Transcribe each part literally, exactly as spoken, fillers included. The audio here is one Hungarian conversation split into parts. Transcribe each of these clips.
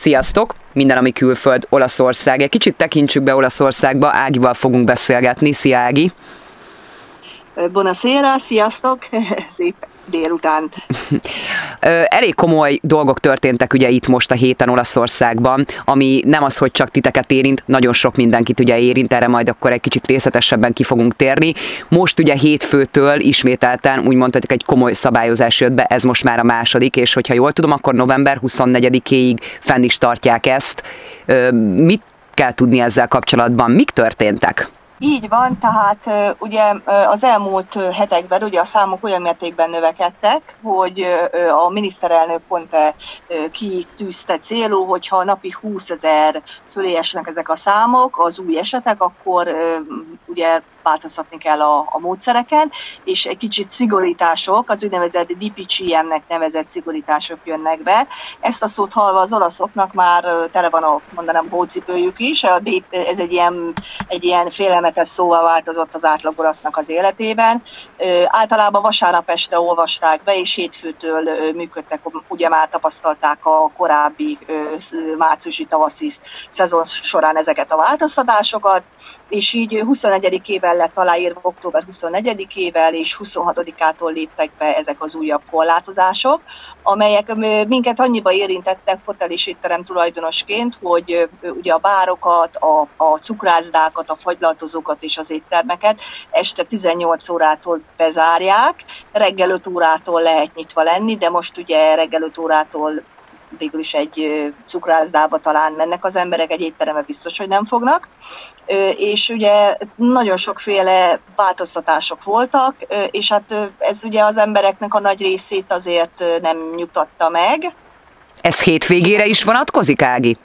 Sziasztok! Minden, ami külföld, Olaszország. Egy kicsit tekintsük be Olaszországba, Ágival fogunk beszélgetni. Szia, Ági! Buonasera, sziasztok! Szép délutánt! Elég komoly dolgok történtek ugye itt most a héten Olaszországban, ami nem az, hogy csak titeket érint, nagyon sok mindenkit ugye érint, erre majd akkor egy kicsit részletesebben ki fogunk térni. Most ugye hétfőtől ismételten úgy mondhatjuk egy komoly szabályozás jött be, ez most már a második, és hogyha jól tudom, akkor november huszonnegyedikéig fenn is tartják ezt. Mit kell tudni ezzel kapcsolatban? Mik történtek? Így van, tehát ugye az elmúlt hetekben ugye a számok olyan mértékben növekedtek, hogy a miniszterelnök pont kitűzte célul, hogyha napi húszezer fölé esnek ezek a számok, az új esetek, akkor ugye változtatni kell a, a módszereken, és egy kicsit szigorítások, az úgynevezett dé pé cé em-nek nevezett szigorítások jönnek be. Ezt a szót hallva az olaszoknak már tele van a, mondanám, hócipőjük is. A D, ez egy ilyen, egy ilyen félelmetes szóval változott az átlag olasznak az életében. Ö, általában vasárnap este olvasták be, és hétfőtől ö, működtek, ugye már tapasztalták a korábbi ö, márciusi tavaszi szezon során ezeket a változtatásokat, és így huszonegyedikével lett aláírva október huszonnegyedikével, és huszonhatodikától léptek be ezek az újabb korlátozások, amelyek minket annyiba érintettek hotel és étterem tulajdonosként, hogy ugye a bárokat, a, a cukrászdákat, a fagylaltozókat és az éttermeket este tizennyolc órától bezárják, reggel öt órától lehet nyitva lenni, de most ugye reggel öt órától végül is egy cukrászdába talán mennek az emberek, egy étterembe biztos, hogy nem fognak. És ugye nagyon sokféle változtatások voltak, és hát ez ugye az embereknek a nagy részét azért nem nyugtatta meg. Ez hétvégére is vonatkozik, Ági?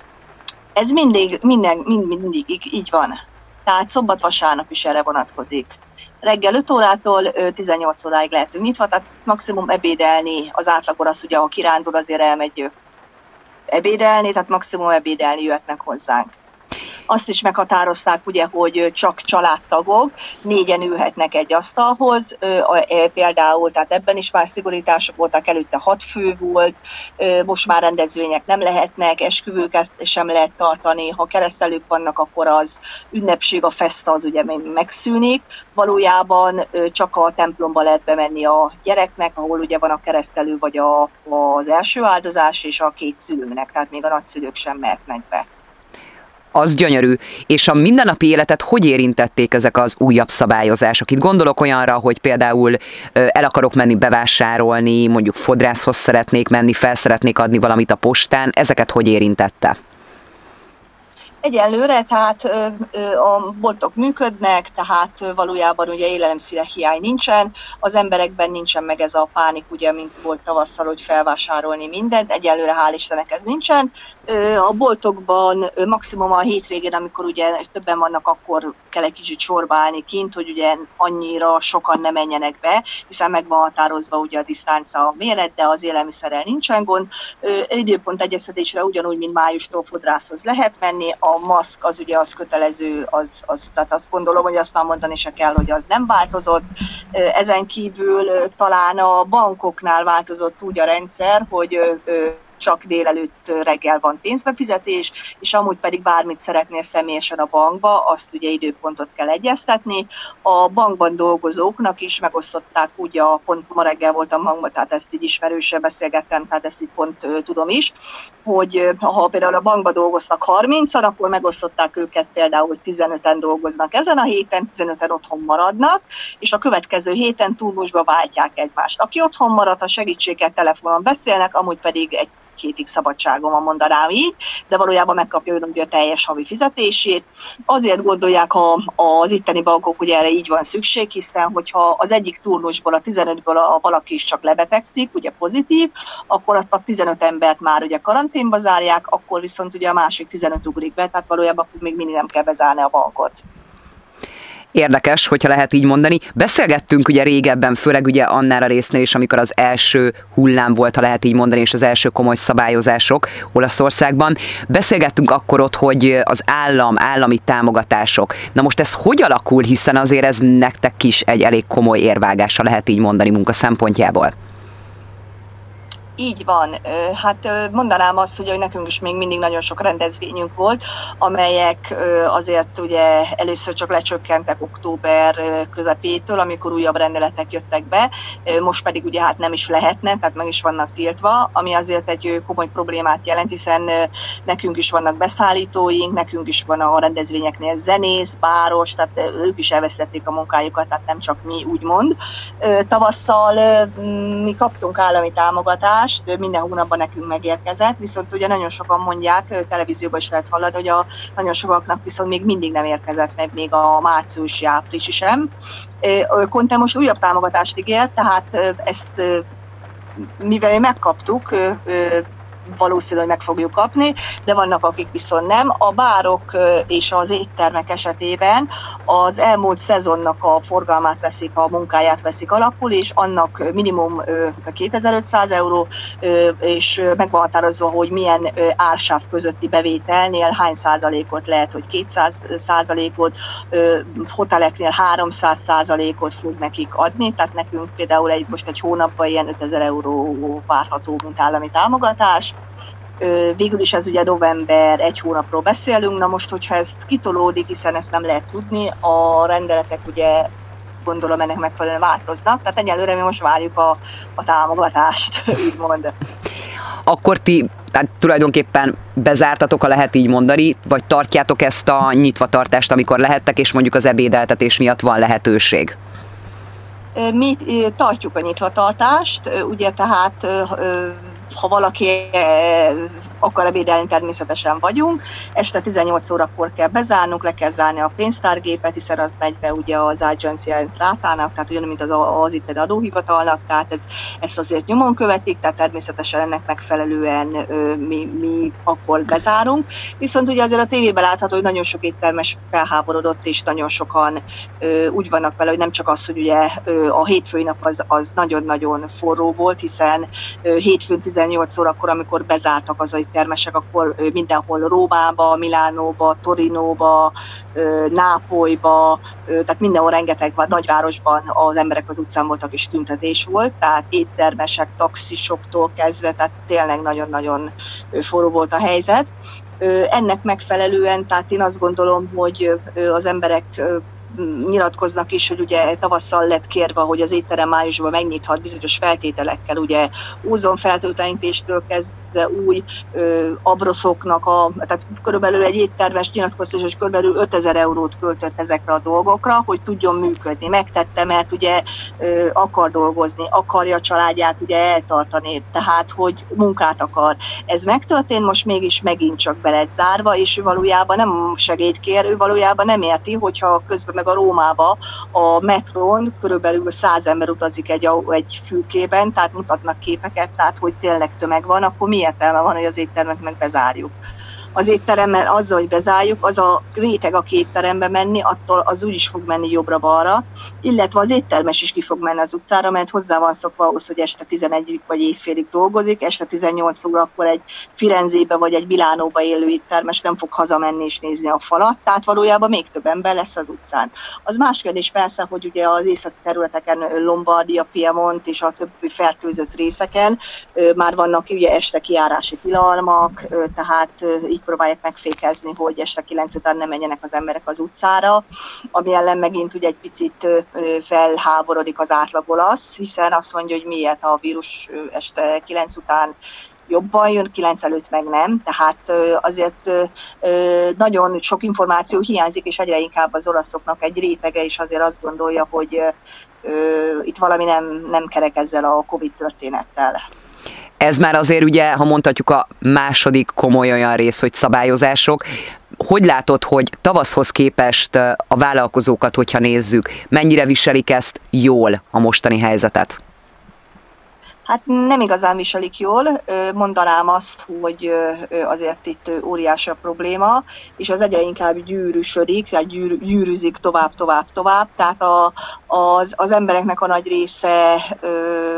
Ez mindig, minden, mind, mindig így van. Tehát szombat-vasárnap is erre vonatkozik. Reggel öt órától tizennyolc óráig lehetünk nyitva, tehát maximum ebédelni, az átlagor az ugye, ha kirándul, azért elmegy ebédelni, tehát maximum ebédelni jöhetnek hozzánk. Azt is meghatározták, ugye, hogy csak családtagok, négyen ülhetnek egy asztalhoz, például, tehát ebben is már szigorítások voltak, előtte hat fő volt, most már rendezvények nem lehetnek, esküvőket sem lehet tartani, ha keresztelők vannak, akkor az ünnepség, a festa az ugye megszűnik, valójában csak a templomba lehet bemenni a gyereknek, ahol ugye van a keresztelő vagy a, az első áldozás, és a két szülőnek, tehát még a nagyszülők sem mehetnek be. Az gyönyörű. És a mindennapi életet hogy érintették ezek az újabb szabályozások? Itt gondolok olyanra, hogy például el akarok menni bevásárolni, mondjuk fodrászhoz szeretnék menni, fel szeretnék adni valamit a postán. Ezeket hogy érintette? Egyelőre, tehát a boltok működnek, tehát valójában ugye élelmiszer hiány nincsen, az emberekben nincsen meg ez a pánik, ugye, mint volt tavasszal, hogy felvásárolni mindent, egyelőre hál' Istennek ez nincsen. A boltokban maximum a hétvégén, amikor ugye többen vannak, akkor kell egy kicsit sorba állni kint, hogy ugye annyira sokan ne menjenek be, hiszen meg van határozva ugye a disztánca méret, de az élelmiszerrel nincsen gond. Időpont egyeztetésre ugyanúgy, mint májustól fodrászhoz lehet menni, a A maszk az ugye az kötelező, az, az, tehát azt gondolom, hogy azt már mondani se kell, hogy az nem változott. Ezen kívül talán a bankoknál változott úgy a rendszer, hogy csak délelőtt reggel van pénzbefizetés, és amúgy pedig bármit szeretnél személyesen a bankba, azt ugye időpontot kell egyeztetni. A bankban dolgozóknak is megosztották, ugye a, pont ma reggel voltam bankban, tehát ezt így ismerősen beszélgettem, tehát ezt így pont uh, tudom is, hogy ha például a bankban dolgoztak harmincan, akkor megosztották őket például, hogy tizenöten dolgoznak ezen a héten, tizenöten otthon maradnak, és a következő héten turnusba váltják egymást. Aki otthon marad, a segítséggel telefonon beszélnek, amúgy pedig egy hétig szabadságon van, mondanám így, de valójában megkapja ugye a teljes havi fizetését. Azért gondolják a, az itteni bankok, hogy erre így van szükség, hiszen hogyha az egyik turnusból, a tizenötből a valaki is csak lebetegszik, ugye pozitív, akkor azt a tizenöt embert már ugye karanténba zárják, akkor viszont ugye a másik tizenöt ugrik be, tehát valójában még mindig nem kell bezárni a bankot. Érdekes, hogyha lehet így mondani. Beszélgettünk ugye régebben, főleg ugye annál a résznél is, amikor az első hullám volt, ha lehet így mondani, és az első komoly szabályozások Olaszországban. Beszélgettünk akkor ott, hogy az állam, állami támogatások. Na most ez hogy alakul, hiszen azért ez nektek is egy elég komoly érvágása, lehet így mondani, munka szempontjából? Így van. Hát mondanám azt, hogy nekünk is még mindig nagyon sok rendezvényünk volt, amelyek azért ugye először csak lecsökkentek október közepétől, amikor újabb rendeletek jöttek be, most pedig ugye hát nem is lehetne, tehát meg is vannak tiltva, ami azért egy komoly problémát jelent, hiszen nekünk is vannak beszállítóink, nekünk is van a rendezvényeknél zenész, báros, tehát ők is elvesztették a munkájukat, tehát nem csak mi, úgymond. Tavasszal mi kaptunk állami támogatást, minden hónapban nekünk megérkezett, viszont ugye nagyon sokan mondják, televízióban is lehet hallani, hogy a nagyon sokaknak viszont még mindig nem érkezett meg, még a márciusi, áprilisi sem. Conte most újabb támogatást ígért, tehát ezt mivel mi megkaptuk, valószínűleg meg fogjuk kapni, de vannak, akik viszont nem. A bárok és az éttermek esetében az elmúlt szezonnak a forgalmát veszik, a munkáját veszik alapul, és annak minimum kétezer-ötszáz euró, és meg van határozva, hogy milyen ársáv közötti bevételnél hány százalékot lehet, hogy kétszáz százalékot, hoteleknél háromszáz százalékot fog nekik adni, tehát nekünk például egy, most egy hónapban ilyen ötezer euró várható, mint állami támogatás. Végül is ez ugye november, egy hónapról beszélünk, na most, hogyha ezt kitolódik, hiszen ezt nem lehet tudni, a rendeletek ugye gondolom ennek megfelelően változnak, tehát egyelőre mi most várjuk a, a támogatást, úgymond. Akkor ti hát tulajdonképpen bezártatok, ha lehet így mondani, vagy tartjátok ezt a nyitvatartást, amikor lehettek, és mondjuk az ebédeltetés miatt van lehetőség? Mi tartjuk a nyitvatartást, ugye tehát ha valaki akar ebédelni, természetesen vagyunk. Este tizennyolc órakor kell bezárnunk, le kell zárni a pénztárgépet, hiszen az megy be ugye az agencia rátának, tehát ugyanúgy, mint az, az itteni adóhivatalnak, tehát ez, ezt azért nyomon követik, tehát természetesen ennek megfelelően mi, mi akkor bezárunk. Viszont ugye azért a tévében látható, hogy nagyon sok éttermes felháborodott, és nagyon sokan úgy vannak vele, hogy nem csak az, hogy ugye a hétfői nap az, az nagyon-nagyon forró volt, hiszen hétfőn tizennyolc órakor, amikor bezártak az éttermesek, akkor mindenhol Rómába, Milánóba, Torinóba, Nápolyba, tehát mindenhol rengeteg nagyvárosban az emberek az utcán voltak és tüntetés volt, tehát éttermesek, taxisoktól kezdve, tehát tényleg nagyon-nagyon forró volt a helyzet. Ennek megfelelően, tehát én azt gondolom, hogy az emberek nyilatkoznak is, hogy ugye tavasszal lett kérve, hogy az étterem májusban megnyithat bizonyos feltételekkel, ugye ózonfertőtlenítéstől kezdve új ö, abroszoknak, a, tehát körülbelül egy éttermes nyilatkozta, hogy körülbelül ötezer eurót költött ezekre a dolgokra, hogy tudjon működni. Megtette, mert ugye ö, akar dolgozni, akarja a családját ugye eltartani, tehát hogy munkát akar. Ez megtörtént, most mégis megint csak be lett zárva, és ő valójában nem segélyt kér, ő valójában nem érti, hogyha közben meg a Rómába a metrón körülbelül száz ember utazik egy, egy fülkében, tehát mutatnak képeket, tehát hogy tényleg tömeg van, akkor mi értelme van, hogy az éttermet meg bezárjuk. Az étteremmel azzal, hogy bezárjuk, az a réteg, aki étterembe menni, attól az úgy is fog menni jobbra-balra, illetve az éttermes is ki fog menni az utcára, mert hozzá van szokva ahhoz, hogy este tizenegyig vagy éjfélig dolgozik, este tizennyolc óra akkor egy Firenzébe vagy egy Milánóba élő éttermes nem fog hazamenni és nézni a falat, tehát valójában még több ember lesz az utcán. Az más kérdés persze, hogy ugye az északi területeken, Lombardia, Piemont és a többi fertőzött részeken már vannak ugye este kijárási tilalmak, tehát így próbálják megfékezni, hogy este kilenc után nem menjenek az emberek az utcára, ami ellen megint ugye egy picit felháborodik az átlag olasz, hiszen azt mondja, hogy miért a vírus este kilenc után jobban jön, kilenc előtt meg nem, tehát azért nagyon sok információ hiányzik, és egyre inkább az olaszoknak egy rétege is azért azt gondolja, hogy itt valami nem, nem kerek ezzel a Covid történettel. Ez már azért ugye, ha mondhatjuk, a második komoly olyan rész, hogy szabályozások. Hogy látod, hogy tavaszhoz képest a vállalkozókat, hogyha nézzük, mennyire viselik ezt jól a mostani helyzetet? Hát nem igazán viselik jól, mondanám azt, hogy azért itt óriási a probléma, és az egyre inkább gyűrűsödik, tehát gyűr, gyűrűzik tovább, tovább, tovább, tehát a, az, az embereknek a nagy része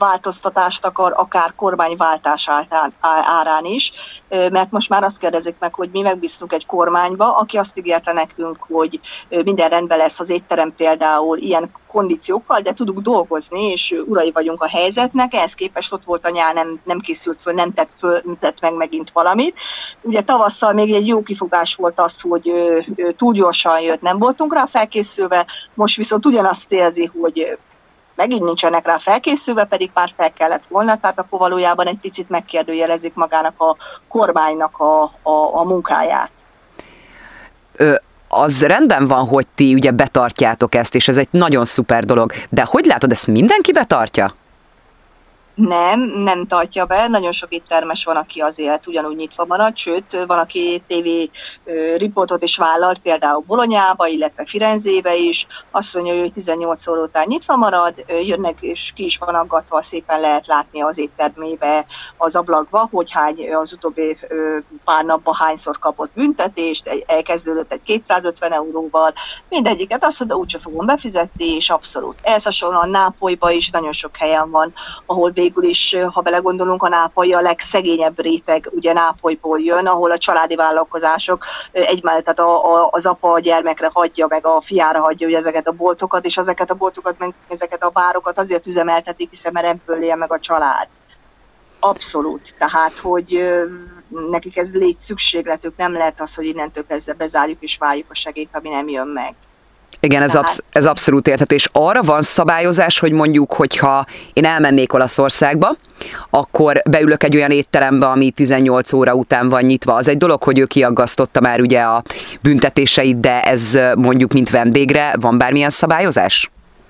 változtatást akar, akár kormányváltás árán is, mert most már azt kérdezik meg, hogy mi megbízunk egy kormányba, aki azt ígérte nekünk, hogy minden rendben lesz az étterem például ilyen kondíciókkal, de tudunk dolgozni, és urai vagyunk a helyzetnek, ehhez képest ott volt a nyár, nem, nem készült föl, nem tett, föl, tett meg megint valamit. Ugye tavasszal még egy jó kifogás volt az, hogy túl gyorsan jött, nem voltunk rá felkészülve, most viszont ugyanazt érzi, hogy megint nincsenek rá felkészülve, pedig már fel kellett volna, tehát akkor valójában egy picit megkérdőjelezik magának a kormánynak a, a, a munkáját. Ö, az rendben van, hogy ti ugye betartjátok ezt, és ez egy nagyon szuper dolog, de hogy látod, ezt mindenki betartja? Nem, nem tartja be. Nagyon sok éttermes van, aki azért ugyanúgy nyitva marad, sőt, van, aki tévé riportot is vállalt, például Bolonyába, illetve Firenzébe is. Azt mondja, hogy tizennyolc óra után nyitva marad, jönnek és ki is van aggatva, szépen lehet látni az éttermébe, az ablakba, hogy hány az utóbbi pár napban hányszor kapott büntetést, elkezdődött egy kétszázötven euróval, mindegyiket azt mondja, úgyse fogom befizetni, és abszolút. Ehhez hasonlóan Nápolyban is nagyon sok helyen van, ahol végül is, ha belegondolunk, a nápolyi a legszegényebb réteg, ugye Nápolyból jön, ahol a családi vállalkozások egymellett, tehát a, a, az apa a gyermekre hagyja, meg a fiára hagyja ugye ezeket a boltokat, és ezeket a boltokat, meg ezeket a bárokat azért üzemeltetik, hiszen mert ebből él meg a család. Abszolút. Tehát, hogy nekik ez légy szükségletük, nem lehet az, hogy innentől kezdve bezárjuk és várjuk a segélyt, ami nem jön meg. Igen, ez, absz- ez abszolút érthető, és arra van szabályozás, hogy mondjuk, hogyha én elmennék Olaszországba, akkor beülök egy olyan étterembe, ami tizennyolc óra után van nyitva. Az egy dolog, hogy ő kiaggasztotta már ugye a büntetéseit, de ez mondjuk mint vendégre van bármilyen szabályozás?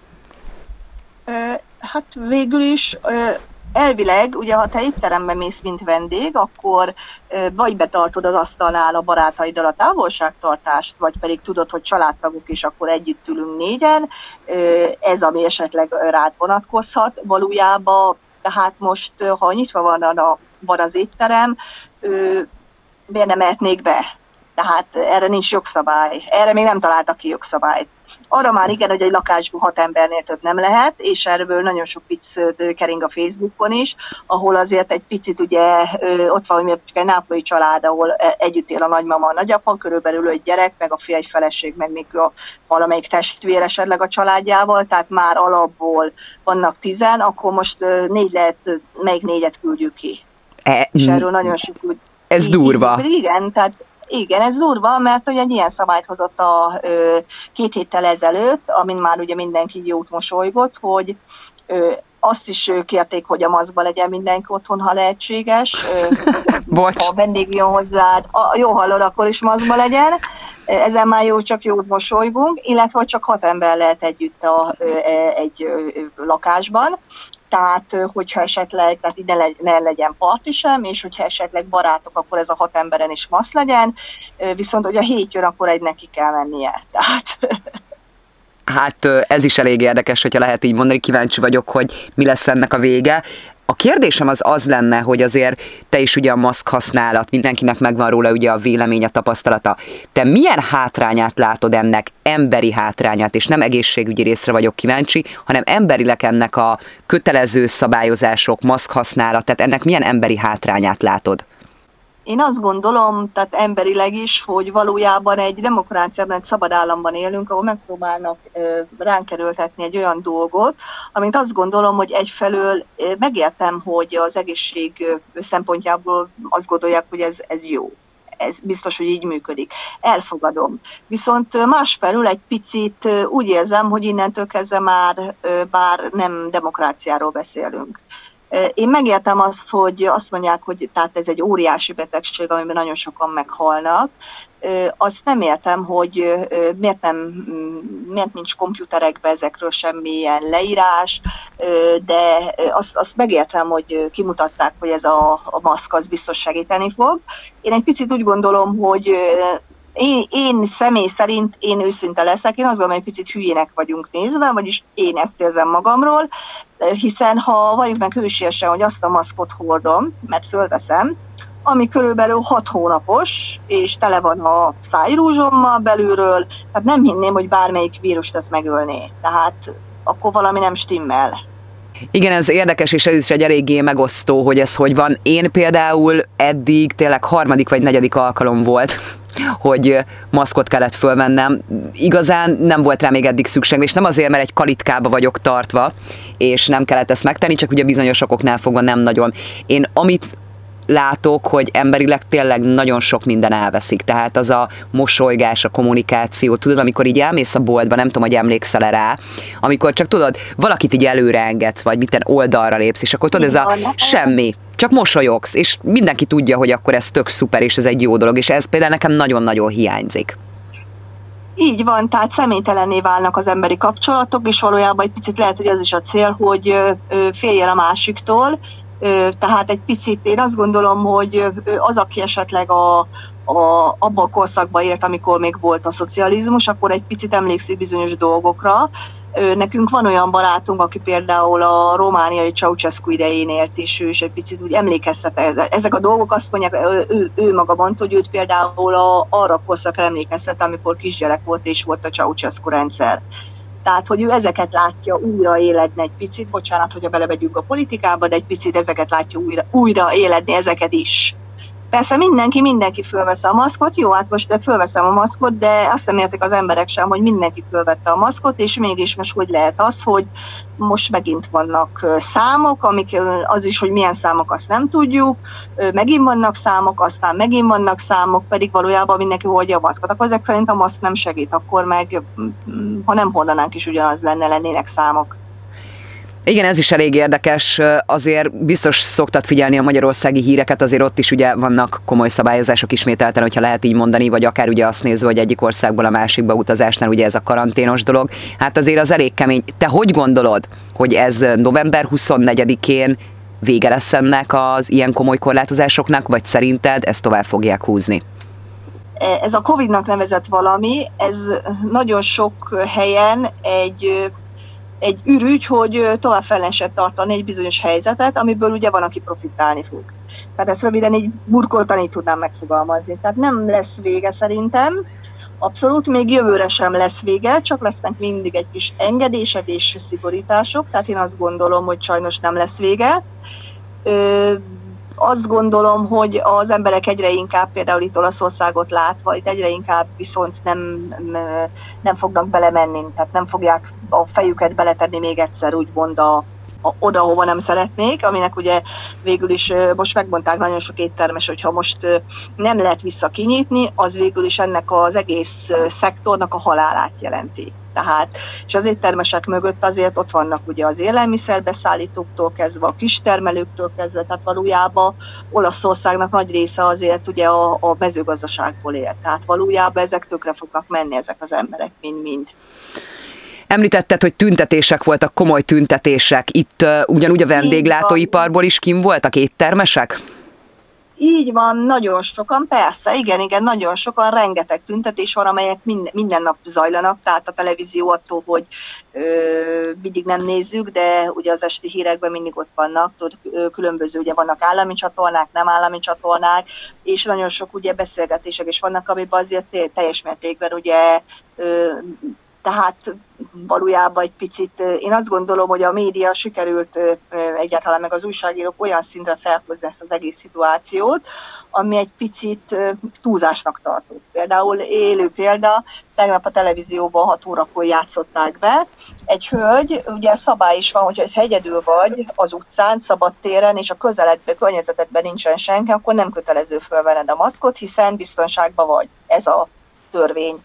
Hát végül is... Elvileg, ugye ha te étterembe mész, mint vendég, akkor vagy betartod az asztalnál a barátaiddal a távolságtartást, vagy pedig tudod, hogy családtagok is, akkor együtt ülünk négyen. Ez, ami esetleg rád vonatkozhat valójában. Tehát most, ha nyitva van, a, van az étterem, miért nem mehetnék be? Tehát erre nincs jogszabály. Erre még nem találtak ki jogszabályt. Arra már igen, hogy egy lakásban hat embernél több nem lehet, és erről nagyon sok vicc kering a Facebookon is, ahol azért egy picit ugye ott van, hogy egy nápolyi család, ahol együtt él a nagymama, a nagyapa, körülbelül egy gyerek, meg a fia, egy feleség, meg még a valamelyik testvér esetleg a családjával, tehát már alapból vannak tizen, akkor most négy lehet, melyik négyet küldjük ki. E, és erről nagyon sok... Ez így, durva. Így, igen, tehát igen, ez durva, mert hogy egy ilyen szabályt hozott a ö, két héttel ezelőtt, amin már ugye mindenki jót mosolygott, hogy ö, azt is kérték, hogy a maszkba legyen mindenki otthon, ha lehetséges. Bocs. Ha a vendég jön hozzád, a, jó hallod, akkor is maszkba legyen. Ezen már jó, csak jót mosolygunk, illetve hogy csak hat ember lehet együtt a, egy lakásban. Tehát, hogyha esetleg, tehát ide ne, ne legyen parti sem, és hogyha esetleg barátok, akkor ez a hat emberen is maszk legyen, viszont, hogy a hét jön, akkor egy neki kell mennie. Tehát... Hát ez is elég érdekes, hogyha lehet így mondani, kíváncsi vagyok, hogy mi lesz ennek a vége. A kérdésem az az lenne, hogy azért te is ugye a maszk használat, mindenkinek megvan róla ugye a véleménye, tapasztalata. Te milyen hátrányát látod ennek, emberi hátrányát, és nem egészségügyi részre vagyok kíváncsi, hanem emberileg ennek a kötelező szabályozások, maszk használat, tehát ennek milyen emberi hátrányát látod? Én azt gondolom, tehát emberileg is, hogy valójában egy demokráciában, egy szabad államban élünk, ahol megpróbálnak ránk erőltetni egy olyan dolgot, amit azt gondolom, hogy egyfelől megértem, hogy az egészség szempontjából azt gondolják, hogy ez, ez jó. Ez biztos, hogy így működik. Elfogadom. Viszont másfelől egy picit úgy érzem, hogy innentől kezdve már bár nem demokráciáról beszélünk. Én megértem azt, hogy azt mondják, hogy tehát ez egy óriási betegség, amiben nagyon sokan meghalnak. Azt nem értem, hogy miért, nem, miért nincs komputerekben ezekről semmilyen leírás, de azt, azt megértem, hogy kimutatták, hogy ez a, a maszk az biztos segíteni fog. Én egy picit úgy gondolom, hogy Én, én személy szerint, én őszinte leszek, én azt gondolom, hogy egy picit hülyének vagyunk nézve, vagyis én ezt érzem magamról, hiszen ha vagyunk meg hősiesen, hogy azt a maszkot hordom, mert fölveszem, ami körülbelül hat hónapos, és tele van a szájrúzsommal belülről, tehát nem hinném, hogy bármelyik vírust ezt megölné. Tehát akkor valami nem stimmel. Igen, ez érdekes, és ez is egy eléggé megosztó, hogy ez hogy van. Én például eddig tényleg harmadik vagy negyedik alkalom volt, hogy maszkot kellett fölvennem. Igazán nem volt rá még eddig szükség, és nem azért, mert egy kalitkába vagyok tartva, és nem kellett ezt megtenni, csak ugye bizonyos okoknál fogva nem nagyon. Én amit látok, hogy emberileg tényleg nagyon sok minden elveszik. Tehát az a mosolygás, a kommunikáció, tudod, amikor így elmész a boltba, nem tudom, hogy emlékszel rá, amikor csak tudod, valakit így előre engedsz, vagy mitten oldalra lépsz, és akkor tudod, ez a semmi, csak mosolyogsz, és mindenki tudja, hogy akkor ez tök szuper, és ez egy jó dolog, és ez például nekem nagyon-nagyon hiányzik. Így van, tehát személytelenné válnak az emberi kapcsolatok, és valójában egy picit lehet, hogy az is a cél, hogy féljen a másiktól. Tehát egy picit én azt gondolom, hogy az, aki esetleg a, a, abban a korszakban élt, amikor még volt a szocializmus, akkor egy picit emlékszik bizonyos dolgokra. Nekünk van olyan barátunk, aki például a romániai Ceausescu idején élt, és ő is egy picit úgy emlékeztet. Ezek a dolgok azt mondják, ő, ő maga mondta, hogy őt például a, arra korszakra emlékeztet, amikor kisgyerek volt, és volt a Ceausescu rendszer. Tehát, hogy ő ezeket látja újra éledni egy picit, bocsánat, hogyha belevegyünk a politikába, de egy picit ezeket látja újra, újra éledni, ezeket is. Persze mindenki, mindenki fölvesz a maszkot, jó, hát most fölveszem a maszkot, de azt nem értik az emberek sem, hogy mindenki fölvette a maszkot, és mégis most hogy lehet az, hogy most megint vannak számok, amik, az is, hogy milyen számok, azt nem tudjuk, megint vannak számok, aztán megint vannak számok, pedig valójában mindenki hordja a maszkot. Akkor ezek szerint a maszk nem segít, akkor meg, ha nem hordanánk is, ugyanaz lenne, lennének számok. Igen, ez is elég érdekes, azért biztos szoktad figyelni a magyarországi híreket, azért ott is ugye vannak komoly szabályozások ismételten, hogyha lehet így mondani, vagy akár ugye azt nézve, hogy egyik országból a másikba utazásnál ugye ez a karanténos dolog. Hát azért az elég kemény. Te hogy gondolod, hogy ez november huszonnegyedikén vége lesz ennek az ilyen komoly korlátozásoknak, vagy szerinted ezt tovább fogják húzni? Ez a Covidnak nevezett valami, ez nagyon sok helyen egy... egy ürügy, hogy tovább fel lehessen tartani egy bizonyos helyzetet, amiből ugye van, aki profitálni fog. Tehát ezt röviden így burkoltani tudnám megfogalmazni. Tehát nem lesz vége szerintem, abszolút, még jövőre sem lesz vége, csak lesznek mindig egy kis engedések és szigorítások, tehát én azt gondolom, hogy sajnos nem lesz vége. Ö, Azt gondolom, hogy az emberek egyre inkább például itt Olaszországot látva, itt egyre inkább viszont nem, nem fognak belemenni, tehát nem fogják a fejüket beletenni még egyszer úgymond a, a, oda, hova nem szeretnék, aminek ugye végül is most megmondták nagyon sok éttermes, hogyha most nem lehet visszakinyitni, az végül is ennek az egész szektornak a halálát jelenti. Tehát, és az éttermesek mögött azért ott vannak ugye az élelmiszerbeszállítóktól kezdve, a kistermelőktől kezdve, tehát valójában Olaszországnak nagy része azért ugye a, a mezőgazdaságból él. Tehát valójában ezek tökre fognak menni, ezek az emberek mind-mind. Említetted, hogy tüntetések voltak, komoly tüntetések. Itt uh, ugyanúgy a vendéglátóiparból is kim voltak éttermesek? Így van, nagyon sokan, persze, igen, igen, nagyon sokan, rengeteg tüntetés van, amelyek minden, minden nap zajlanak, tehát a televízió attól, hogy ö, mindig nem nézzük, de ugye az esti hírekben mindig ott vannak, tudod, különböző, ugye vannak állami csatornák, nem állami csatornák, és nagyon sok ugye beszélgetések is vannak, amiben azért teljes mértékben ugye ö, tehát valójában egy picit, én azt gondolom, hogy a média sikerült egyáltalán meg az újságírók olyan szintre felhozni ezt az egész szituációt, ami egy picit túlzásnak tartott. Például élő példa, tegnap a televízióban hat órakor játszották be. Egy hölgy, ugye szabály is van, hogyha egyedül vagy az utcán, szabadtéren, és a közeledben, környezetedben nincsen senki, akkor nem kötelező fölvenned a maszkot, hiszen biztonságban vagy. Ez a törvény.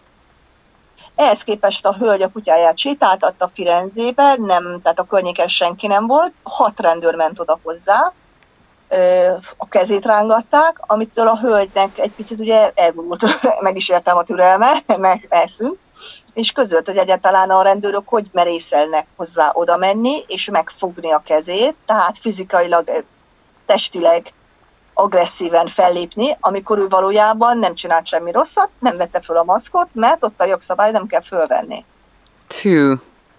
Ehhez képest a hölgy a kutyáját sétáltatta Firenzébe, nem, tehát a környéken senki nem volt, hat rendőr ment oda hozzá, a kezét rángatták, amitől a hölgynek egy picit ugye elmúlt, meg is értem a türelme, meg elszűnt, és közölt, hogy egyáltalán a rendőrök hogy merészelnek hozzá oda menni, és megfogni a kezét, tehát fizikailag, testileg agresszíven fellépni, amikor ő valójában nem csinált semmi rosszat, nem vette föl a maszkot, mert ott a jogszabály nem kell fölvenni. Tű.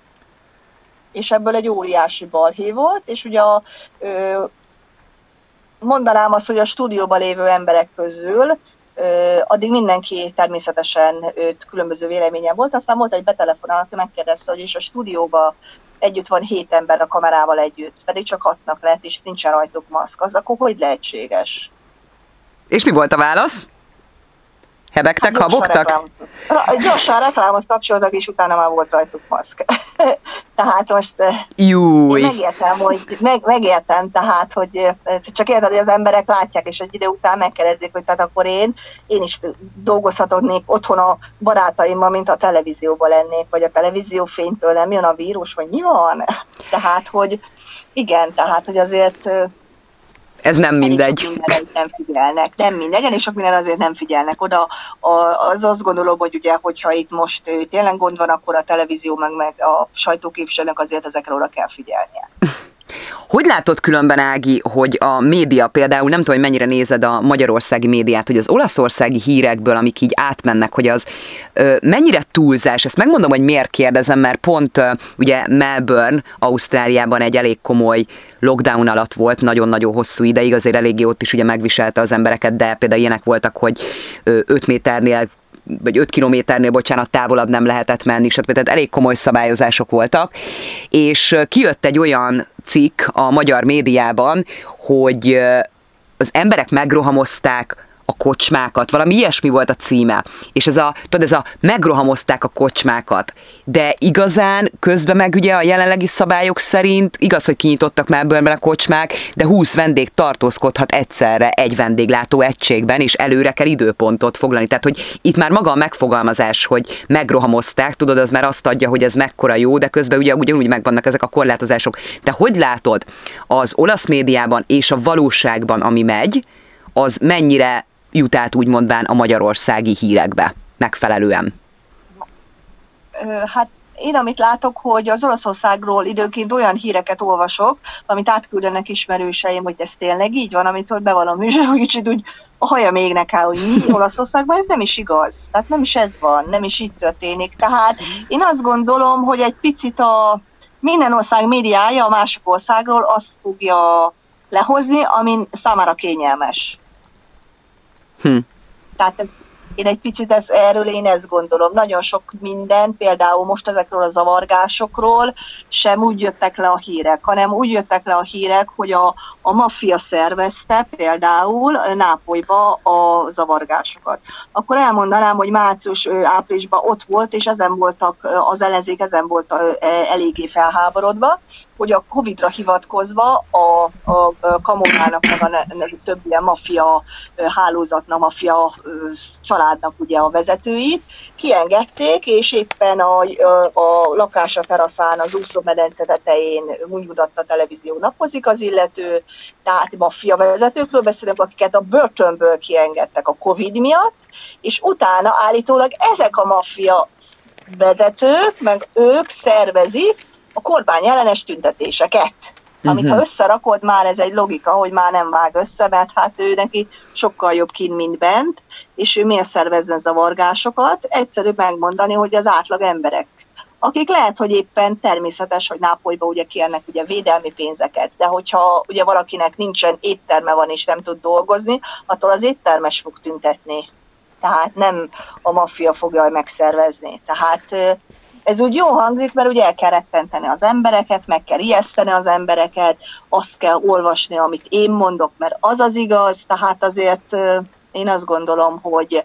És ebből egy óriási balhé volt, és ugye a, ö, mondanám azt, hogy a stúdióban lévő emberek közül addig mindenki természetesen őt különböző véleményen volt, aztán volt egy betelefonál, aki megkérdezte, hogy is a stúdióba együtt van hét ember a kamerával együtt, pedig csak hatnak lehet, és nincsen rajtuk maszk, az akkor hogy lehetséges? És mi volt a válasz? Hebegtek, hát habogtak? Reklámot, gyorsan reklámot kapcsoltak, és utána már volt rajtuk maszk. Tehát most Júj. én megértem, hogy meg, megértem, tehát, hogy csak érted, hogy az emberek látják, és egy idő után megkérdezik, hogy tehát akkor én, én is dolgozhatnék otthon a barátaimmal, mint a televízióban lennék, vagy a televízió fénytől nem jön a vírus, vagy mi van? Tehát, hogy igen, tehát, hogy azért ez nem mindegy. Elég sok mindenre nem figyelnek. Nem mindegy, elég sok mindenre azért nem figyelnek oda. Az azt gondolom, hogy ugye, hogyha itt most tényleg gond van, akkor a televízió meg, meg a sajtóképviselőnek azért ezekre oda kell figyelnie. Hogy látod különben, Ági, hogy a média például, nem tudom, hogy mennyire nézed a magyarországi médiát, hogy az olaszországi hírekből, amik így átmennek, hogy az ö, mennyire túlzás? Ezt megmondom, hogy miért kérdezem, mert pont ö, ugye Melbourne, Ausztráliában egy elég komoly lockdown alatt volt, nagyon-nagyon hosszú ideig, azért eléggé ott is ugye megviselte az embereket, de például ilyenek voltak, hogy öt méternél vagy öt kilométernél, bocsánat, távolabb nem lehetett menni, stb. Tehát elég komoly szabályozások voltak, és kijött egy olyan cikk a magyar médiában, hogy az emberek megrohamozták a kocsmákat, valami ilyesmi volt a címe, és ez a, tudod, ez a megrohamozták a kocsmákat, de igazán közben meg ugye a jelenlegi szabályok szerint, igaz, hogy kinyitottak Melbourneben a kocsmák, de húsz vendég tartózkodhat egyszerre egy vendéglátó egységben, és előre kell időpontot foglalni, tehát hogy itt már maga a megfogalmazás, hogy megrohamozták, tudod, az már azt adja, hogy ez mekkora jó, de közben ugye ugyanúgy megvannak ezek a korlátozások. Te hogy látod, az olasz médiában és a valóságban, ami megy, az mennyire jut át úgymondván a magyarországi hírekbe megfelelően? Hát én amit látok, hogy az Olaszországról időnként olyan híreket olvasok, amit átküldenek ismerőseim, hogy ez tényleg így van, amitől bevallom műsor, hogy kicsit úgy a haja mégnek áll, hogy mi Olaszországban, ez nem is igaz. Tehát nem is ez van, nem is így történik. Tehát én azt gondolom, hogy egy picit a minden ország médiája a másik országról azt fogja lehozni, amin számára kényelmes. Hm. Tehát ez, én egy picit ez, erről én ezt gondolom. Nagyon sok minden, például most ezekről a zavargásokról sem úgy jöttek le a hírek, hanem úgy jöttek le a hírek, hogy a, a maffia szervezte például Nápolyba a zavargásokat. Akkor elmondanám, hogy március, áprilisban ott volt, és ezen voltak, az ellenzék ezen volt eléggé felháborodva, hogy a Covidra hivatkozva a, a Camonának, meg a több ilyen maffia hálózatnak, maffia családnak ugye a vezetőit kiengedték, és éppen a, a lakása teraszán, az úszómedence tetején Munyudatta televízió napozik az illető, tehát maffia vezetőkről beszélünk, akiket a börtönből kiengedtek a Covid miatt, és utána állítólag ezek a maffia vezetők, meg ők szervezik a kormány ellenes tüntetéseket. Amit ha összerakod, már ez egy logika, hogy már nem vág össze, mert hát ő neki sokkal jobb kint, mint bent, és ő miért szervezne zavargásokat? Egyszerű megmondani, hogy az átlag emberek, akik lehet, hogy éppen természetes, hogy Nápolyba ugye kérnek ugye védelmi pénzeket, de hogyha ugye valakinek nincsen étterme van és nem tud dolgozni, attól az éttermes fog tüntetni. Tehát nem a maffia fogja megszervezni. Tehát ez úgy jó hangzik, mert ugye el kell rettenteni az embereket, meg kell ijeszteni az embereket, azt kell olvasni, amit én mondok, mert az az igaz, tehát azért én azt gondolom, hogy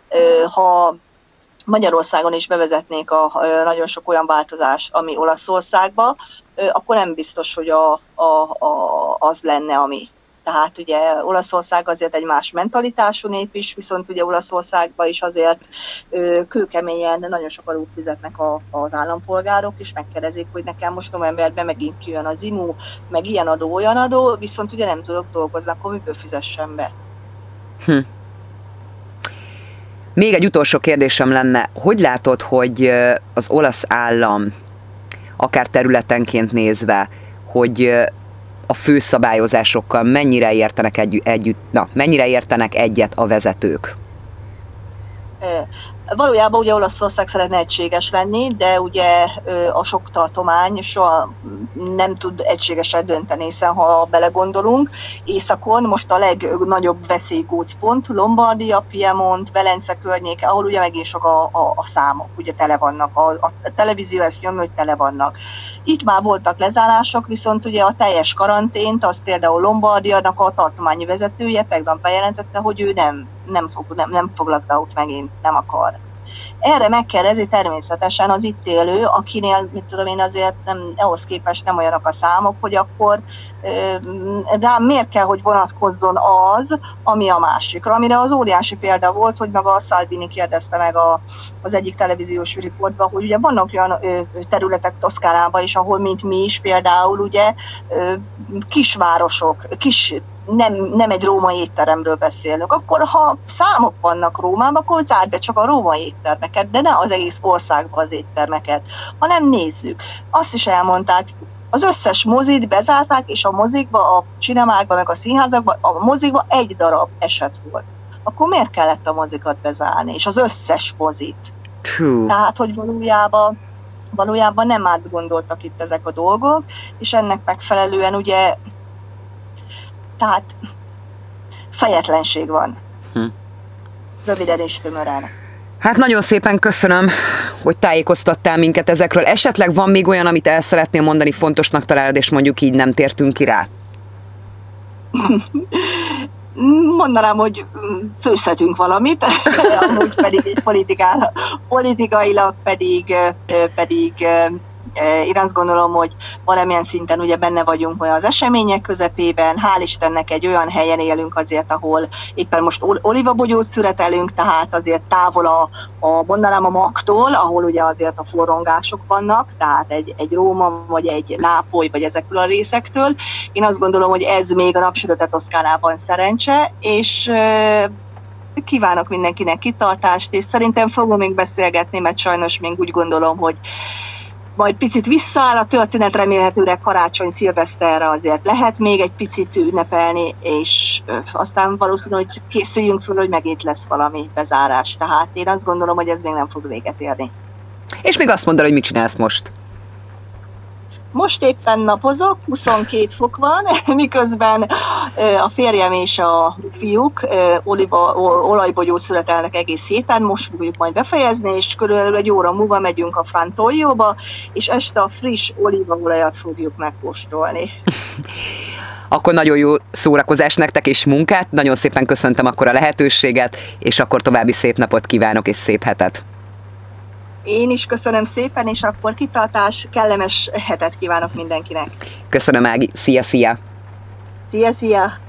ha Magyarországon is bevezetnék a, nagyon sok olyan változást, ami Olaszországban, akkor nem biztos, hogy a, a, a, az lenne, ami. Tehát ugye Olaszország azért egy más mentalitású nép is, viszont ugye Olaszországban is azért kőkeményen nagyon sok adót fizetnek a, az állampolgárok, és megkérdezik, hogy nekem most novemberben megint jön az imú, meg ilyen adó, olyan adó, viszont ugye nem tudok dolgozni, akkor miből fizessen be? Hm. Még egy utolsó kérdésem lenne, hogy látod, hogy az olasz állam, akár területenként nézve, hogy a főszabályozásokkal mennyire értenek együtt, együtt, na, mennyire értenek egyet a vezetők? Valójában ugye Olaszország szeretne egységes lenni, de ugye a sok tartomány soha nem tud egységesen dönteni, hiszen ha belegondolunk, északon most a legnagyobb veszélygócpont, Lombardia, Piemont, Velence környéke, ahol ugye megint sok a, a, a számok, ugye tele vannak, a, a televízió ezt nyomja, hogy tele vannak. Itt már voltak lezárások, viszont ugye a teljes karantént, az például Lombardiának a tartományi vezetője tegnap bejelentette, hogy ő nem, nem, fog, nem, nem fog lockdownt megint, nem akar. Erre megkérdezi természetesen az itt élő, akinél, mit tudom én, azért nem, ahhoz képest nem olyanok a számok, hogy akkor rám miért kell, hogy vonatkozzon az, ami a másikra. Amire az óriási példa volt, hogy maga a Salvini kérdezte meg a, az egyik televíziós riportban, hogy ugye vannak olyan ö, területek Toszkánában is, ahol, mint mi is például, ugye ö, kisvárosok, kis Nem, nem egy római étteremről beszélünk. Akkor, ha számok vannak Rómában, akkor zárd be csak a római éttermeket, de ne az egész országban az éttermeket, hanem nézzük. Azt is elmondták, az összes mozit bezárták, és a mozikba, a cinemákban, meg a színházakban, a mozikba egy darab eset volt. Akkor miért kellett a mozikat bezárni, és az összes mozit? Hú. Tehát, hogy valójában, valójában nem átgondoltak itt ezek a dolgok, és ennek megfelelően ugye tehát fejetlenség van. Hm. Röviden és tömören. Hát nagyon szépen köszönöm, hogy tájékoztattál minket ezekről. Esetleg van még olyan, amit el szeretnél mondani, fontosnak találod, és mondjuk így nem tértünk ki rá? Mondanám, hogy főzhetünk valamit, amúgy pedig politikailag pedig, pedig én azt gondolom, hogy valamilyen szinten ugye benne vagyunk olyan az események közepében, hál' Istennek egy olyan helyen élünk azért, ahol éppen most olivabogyót születelünk, tehát azért távol a, a mondanám a magtól, ahol ugye azért a forrongások vannak, tehát egy, egy Róma, vagy egy Nápoly, vagy ezekről a részektől. Én azt gondolom, hogy ez még a napsütötte Toszkánában szerencse, és kívánok mindenkinek kitartást, és szerintem fogom még beszélgetni, mert sajnos még úgy gondolom, hogy majd picit visszaáll a történet, remélhetőleg karácsony, szilveszterre azért lehet még egy picit ünnepelni, és aztán valószínű, hogy készüljünk föl, hogy megint lesz valami bezárás. Tehát én azt gondolom, hogy ez még nem fog véget érni. És még azt mondod, hogy mit csinálsz most? Most éppen napozok, huszonkét fok van, miközben a férjem és a fiúk oliva, olajbogyót születelnek egész héten, most fogjuk majd befejezni, és körülbelül egy óra múlva megyünk a Frantoióba, és este a friss olívaolajat fogjuk megkóstolni. Akkor nagyon jó szórakozás nektek és munkát, nagyon szépen köszöntöm akkor a lehetőséget, és akkor további szép napot kívánok és szép hetet. Én is köszönöm szépen, és akkor kitartás, kellemes hetet kívánok mindenkinek. Köszönöm, Ági. Szia, szia! Szia, szia!